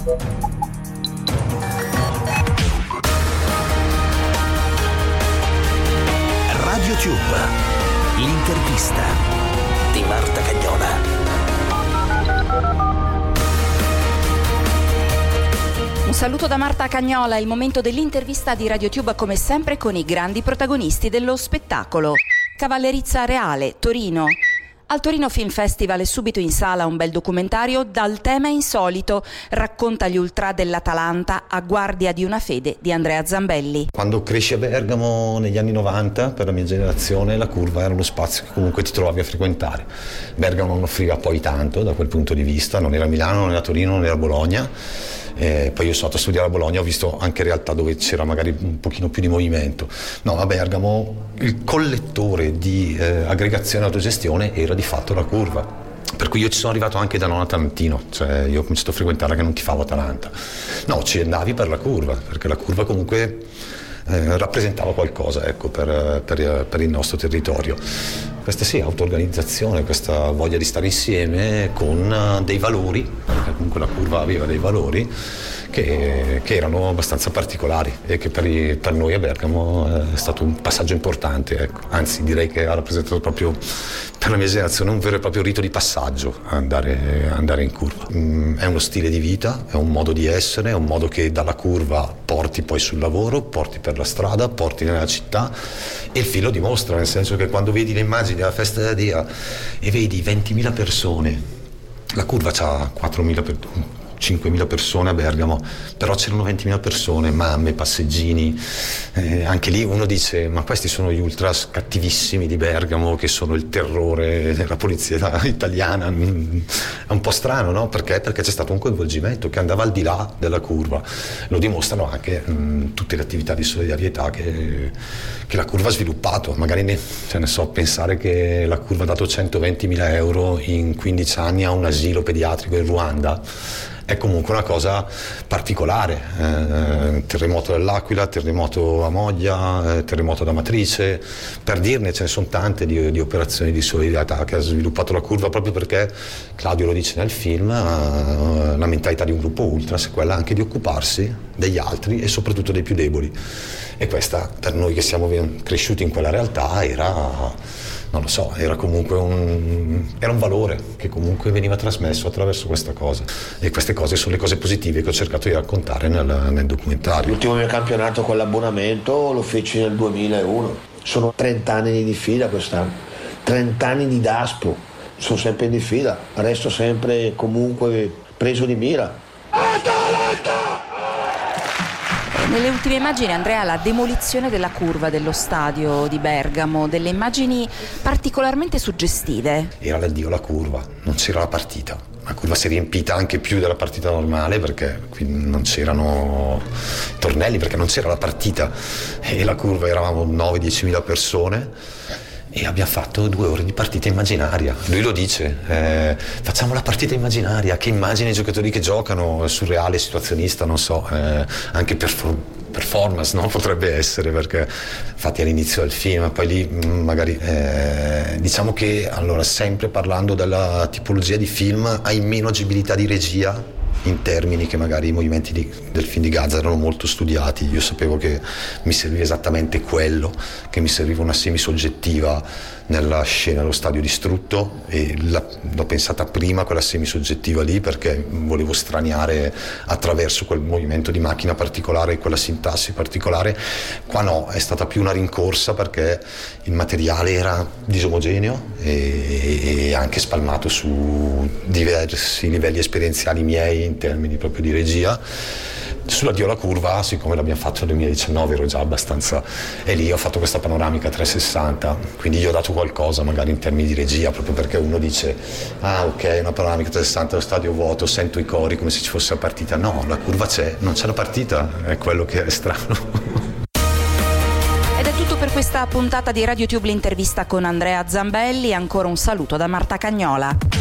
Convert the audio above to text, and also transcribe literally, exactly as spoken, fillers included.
Radio Tube, l'intervista di Marta Cagnola. Un saluto da Marta Cagnola, il momento dell'intervista di Radio Tube come sempre con i grandi protagonisti dello spettacolo. Cavallerizza Reale, Torino. Al Torino Film Festival è subito in sala un bel documentario dal tema insolito, racconta gli ultra dell'Atalanta a guardia di una fede di Andrea Zambelli. Quando cresci a Bergamo negli anni novanta, per la mia generazione, la curva era uno spazio che comunque ti trovavi a frequentare. Bergamo non offriva poi tanto da quel punto di vista, non era Milano, non era Torino, non era Bologna. Eh, poi io sono andato a studiare a Bologna, ho visto anche realtà dove c'era magari un pochino più di movimento. No, a Bergamo il collettore di eh, aggregazione e autogestione era di fatto la curva, per cui io ci sono arrivato anche da non atalantino, cioè io ho cominciato a frequentare che non tifavo Atalanta. No, ci andavi per la curva, perché la curva comunque eh, rappresentava qualcosa, ecco, per, per, per il nostro territorio. Questa sì, auto-organizzazione, questa voglia di stare insieme con dei valori, perché comunque la curva aveva dei valori che, che erano abbastanza particolari e che per, i, per noi a Bergamo è stato un passaggio importante, ecco. Anzi direi che ha rappresentato proprio per la mia generazione un vero e proprio rito di passaggio andare, andare in curva. Mm, è uno stile di vita, è un modo di essere, è un modo che dalla curva porti poi sul lavoro, porti per la strada, porti nella città, e il film lo dimostra, nel senso che quando vedi le immagini della festa della Dea e vedi ventimila persone, la curva c'ha quattromila per cinquemila persone a Bergamo, però c'erano ventimila persone, mamme, passeggini, eh, anche lì uno dice ma questi sono gli ultras cattivissimi di Bergamo che sono il terrore della polizia italiana. È un po' strano, no? Perché? Perché c'è stato un coinvolgimento che andava al di là della curva. Lo dimostrano anche mh, tutte le attività di solidarietà che, che la curva ha sviluppato. Magari ne, cioè ne so, pensare che la curva ha dato centoventimila euro in quindici anni a un asilo pediatrico in Ruanda è comunque una cosa particolare. Eh, terremoto dell'Aquila, terremoto a Moglia, eh, terremoto ad Amatrice, per dirne ce ne sono tante di, di operazioni di solidarietà che ha sviluppato la curva, proprio perché Claudio lo dice nel film, eh, la mentalità di un gruppo ultras è quella anche di occuparsi degli altri e soprattutto dei più deboli, e questa per noi che siamo cresciuti in quella realtà era, non lo so, era comunque un, era un valore che comunque veniva trasmesso attraverso questa cosa, e queste cose sono le cose positive che ho cercato di raccontare nel, nel documentario. L'ultimo mio campionato con l'abbonamento lo feci nel duemilauno, sono trenta anni di diffida quest'anno, trenta anni di Daspo, sono sempre in diffida, resto sempre comunque preso di mira. Atalanta! Nelle ultime immagini, Andrea, la demolizione della curva dello stadio di Bergamo, delle immagini particolarmente suggestive. Era l'addio alla curva, non c'era la partita. La curva si è riempita anche più della partita normale, perché qui non c'erano tornelli, perché non c'era la partita, e la curva eravamo nove diecimila persone. E abbiamo fatto due ore di partita immaginaria. Lui lo dice, eh, facciamo la partita immaginaria, che immagini i giocatori che giocano, surreale, situazionista, non so, eh, anche per performance, no? Potrebbe essere, perché infatti all'inizio del film, poi lì magari eh, diciamo che allora sempre parlando della tipologia di film hai meno agibilità di regia, in termini che magari i movimenti di, del film di Gaza erano molto studiati. Io sapevo che mi serviva esattamente quello, che mi serviva una semisoggettiva nella scena dello stadio distrutto, e la, l'ho pensata prima quella semisoggettiva lì perché volevo straniare attraverso quel movimento di macchina particolare e quella sintassi particolare. Qua no, è stata più una rincorsa perché il materiale era disomogeneo e, e anche spalmato su diversi livelli esperienziali miei in termini proprio di regia. Sull'addio alla curva, siccome l'abbiamo fatto nel duemiladiciannove, ero già abbastanza, e lì ho fatto questa panoramica trecentosessanta, quindi gli ho dato qualcosa magari in termini di regia, proprio perché uno dice ah ok, una panoramica trecentosessanta, lo stadio vuoto, sento i cori come se ci fosse la partita. No, la curva c'è, non c'è la partita, è quello che è strano. Ed è tutto per questa puntata di Radio Tube, l'intervista con Andrea Zambelli. Ancora un saluto da Marta Cagnola.